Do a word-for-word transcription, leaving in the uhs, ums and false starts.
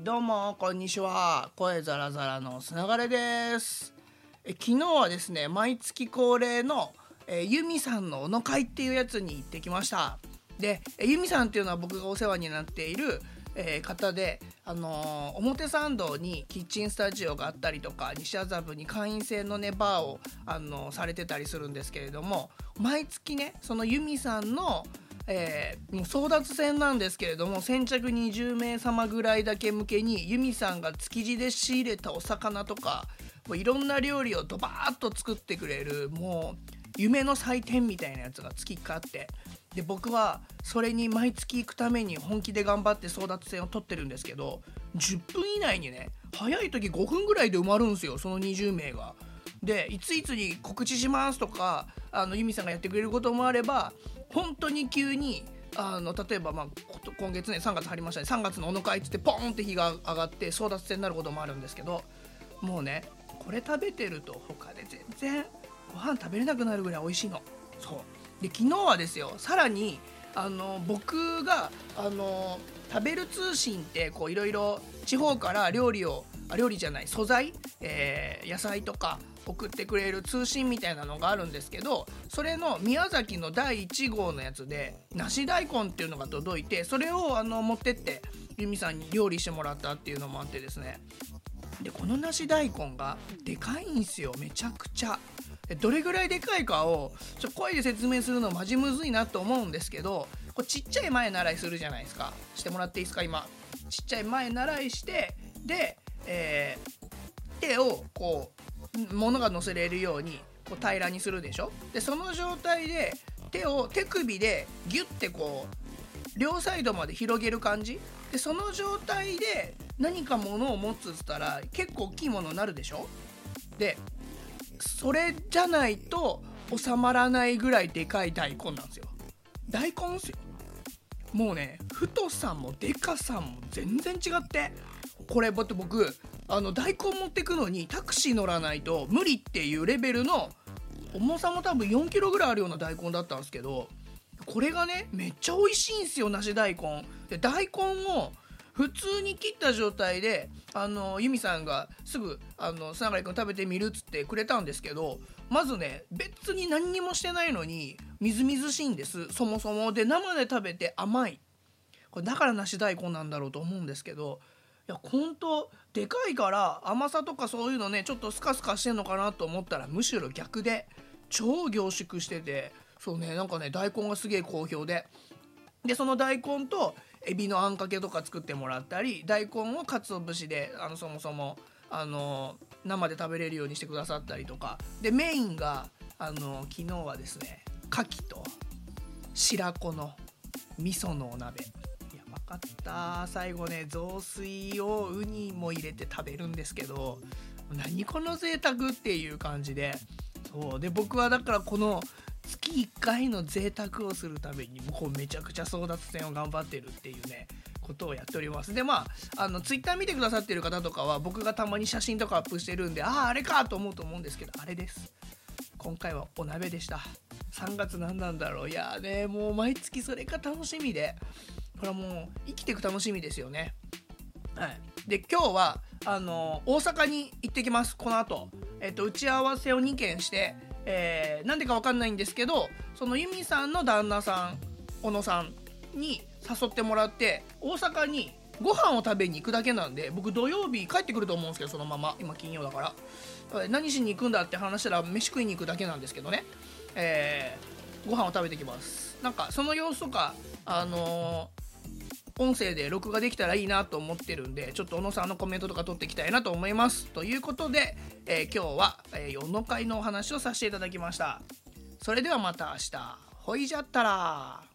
どうもこんにちは。声ザラザラのつながれです。え昨日はですね、毎月恒例のえユミさんのおの会っていうやつに行ってきました。でユミさんっていうのは僕がお世話になっている、えー、方で、あのー、表参道にキッチンスタジオがあったりとか、西麻布に会員制のねバーを、あのー、されてたりするんですけれども、毎月ねそのユミさんのえー、もう争奪戦なんですけれども、先着にじゅうめいさまぐらいだけ向けにユミさんが築地で仕入れたお魚とか、もういろんな料理をドバーッと作ってくれる、もう夢の祭典みたいなやつが月かあって、で僕はそれに毎月行くために本気で頑張って争奪戦を取ってるんですけど、じゅっぷん以内にね、早い時ごふんぐらいで埋まるんですよ、そのにじゅうめいが。でいついつに告知しますとか、あのユミさんがやってくれることもあれば、本当に急にあの例えば、まあ、今月ねさんがつ入りましたね、さんがつのおの会っつってポンって日が上がって争奪戦になることもあるんですけど、もうねこれ食べてると他で全然ご飯食べれなくなるぐらい美味しいの。そうで昨日はですよ、さらにあの僕があの食べる通信ってこういろいろ地方から料理をあ料理じゃない素材、えー、野菜とか送ってくれる通信みたいなのがあるんですけど、それの宮崎のだいいちごうのやつで梨大根っていうのが届いて、それをあの持ってってユミさんに料理してもらったっていうのもあってですね、でこの梨大根がでかいんすよ、めちゃくちゃ。どれぐらいでかいかをちょ声で説明するのマジむずいなと思うんですけど、これちっちゃい前習いするじゃないですか。してもらっていいですか。今ちっちゃい前習いして、で、えー、手をこう物が乗せれるようにこう平らにするでしょ。でその状態で手を手首でギュッてこう両サイドまで広げる感じで、その状態で何か物を持つっつったら結構大きいものになるでしょ。でそれじゃないと収まらないぐらいでかい大根なんですよ。大根っすよ。もうね太さもでかさも全然違って、これだって僕あの大根持ってくのにタクシー乗らないと無理っていうレベルの重さも多分よんキロぐらいあるような大根だったんですけど、これがねめっちゃ美味しいんすよ、梨大根で。大根を普通に切った状態であのユミさんがすぐあのつながりくん食べてみるっつってくれたんですけど、まずね別に何にもしてないのにみずみずしいんです、そもそも。で生で食べて甘い、これだから梨大根なんだろうと思うんですけど、いやほんとでかいから甘さとかそういうのねちょっとスカスカしてんのかなと思ったら、むしろ逆で超凝縮してて、そうねなんかね大根がすげえ好評で、でその大根とエビのあんかけとか作ってもらったり、大根を鰹節であのそもそもあの生で食べれるようにしてくださったりとかで、メインがあの昨日はですね牡蠣と白子の味噌のお鍋。分かった。最後ね雑炊をウニも入れて食べるんですけど、何この贅沢っていう感じで、そうで僕はだからこの月いっかいの贅沢をするためにもうめちゃくちゃ争奪戦を頑張ってるっていうねことをやっております。でまああのツイッター見てくださってる方とかは僕がたまに写真とかアップしてるんで、あああれかと思うと思うんですけど、あれです。今回はお鍋でした。さんがつ何なんだろう。いやーねもう毎月それが楽しみで、これはもう生きていく楽しみですよね。はい、で今日はあの大阪に行ってきます。この後、えっと、打ち合わせをにけんして、えー、なんでか分かんないんですけど、そのユミさんの旦那さん小野さんに誘ってもらって大阪にご飯を食べに行くだけなんで、僕土曜日帰ってくると思うんですけど、そのまま今金曜だから何しに行くんだって話したら飯食いに行くだけなんですけどね、えー、ご飯を食べてきます。なんかその様子とかあのー音声で録画できたらいいなと思ってるんで、ちょっと小野さんのコメントとか取っていきたいなと思います。ということで、えー、今日は、えー、小野会のお話をさせていただきました。それではまた明日。ほいじゃったら。